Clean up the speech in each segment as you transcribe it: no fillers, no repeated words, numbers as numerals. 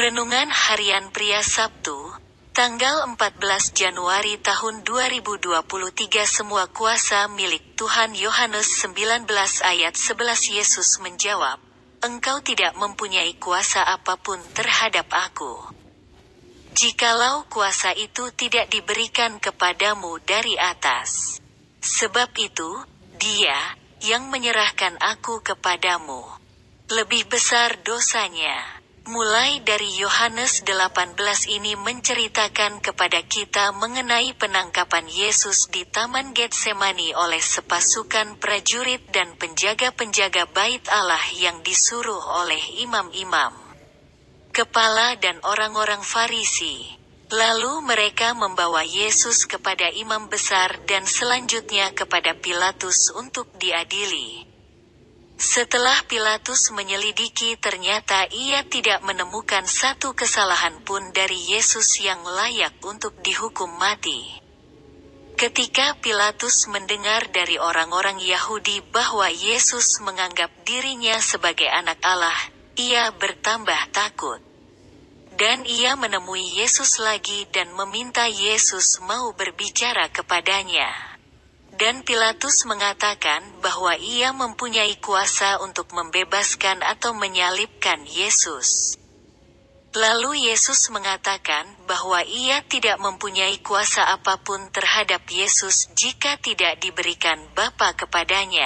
Renungan Harian Pria Sabtu, tanggal 14 Januari tahun 2023. Semua kuasa milik Tuhan. Yohanes 19 ayat 11. Yesus menjawab, "Engkau tidak mempunyai kuasa apapun terhadap Aku. Jikalau kuasa itu tidak diberikan kepadamu dari atas. Sebab itu, Dia yang menyerahkan Aku kepadamu lebih besar dosanya." Mulai dari Yohanes 18 ini menceritakan kepada kita mengenai penangkapan Yesus di Taman Getsemani oleh sepasukan prajurit dan penjaga-penjaga bait Allah yang disuruh oleh imam-imam, kepala dan orang-orang Farisi. Lalu mereka membawa Yesus kepada imam besar dan selanjutnya kepada Pilatus untuk diadili. Setelah Pilatus menyelidiki, ternyata ia tidak menemukan satu kesalahan pun dari Yesus yang layak untuk dihukum mati. Ketika Pilatus mendengar dari orang-orang Yahudi bahwa Yesus menganggap dirinya sebagai anak Allah, ia bertambah takut. Dan ia menemui Yesus lagi dan meminta Yesus mau berbicara kepadanya. Dan Pilatus mengatakan bahwa ia mempunyai kuasa untuk membebaskan atau menyalibkan Yesus. Lalu Yesus mengatakan bahwa ia tidak mempunyai kuasa apapun terhadap Yesus jika tidak diberikan Bapa kepadanya.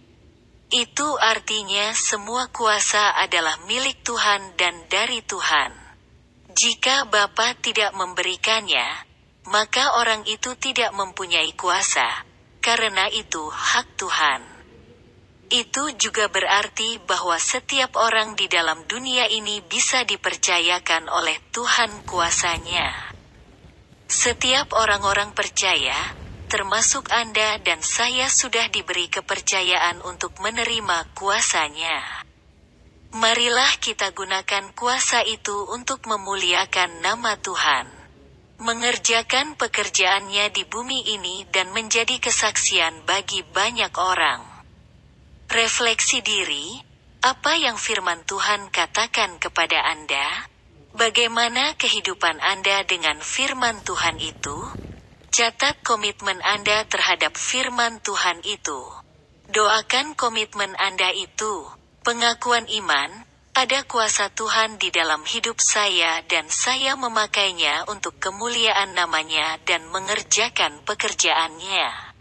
Itu artinya semua kuasa adalah milik Tuhan dan dari Tuhan. Jika Bapa tidak memberikannya, maka orang itu tidak mempunyai kuasa. Karena itu hak Tuhan. Itu juga berarti bahwa setiap orang di dalam dunia ini bisa dipercayakan oleh Tuhan kuasanya. Setiap orang-orang percaya, termasuk Anda dan saya, sudah diberi kepercayaan untuk menerima kuasanya. Marilah kita gunakan kuasa itu untuk memuliakan nama Tuhan, mengerjakan pekerjaannya di bumi ini dan menjadi kesaksian bagi banyak orang. Refleksi diri, apa yang firman Tuhan katakan kepada Anda? Bagaimana kehidupan Anda dengan firman Tuhan itu? Catat komitmen Anda terhadap firman Tuhan itu. Doakan komitmen Anda itu. Pengakuan iman, ada kuasa Tuhan di dalam hidup saya dan saya memakainya untuk kemuliaan namanya dan mengerjakan pekerjaannya.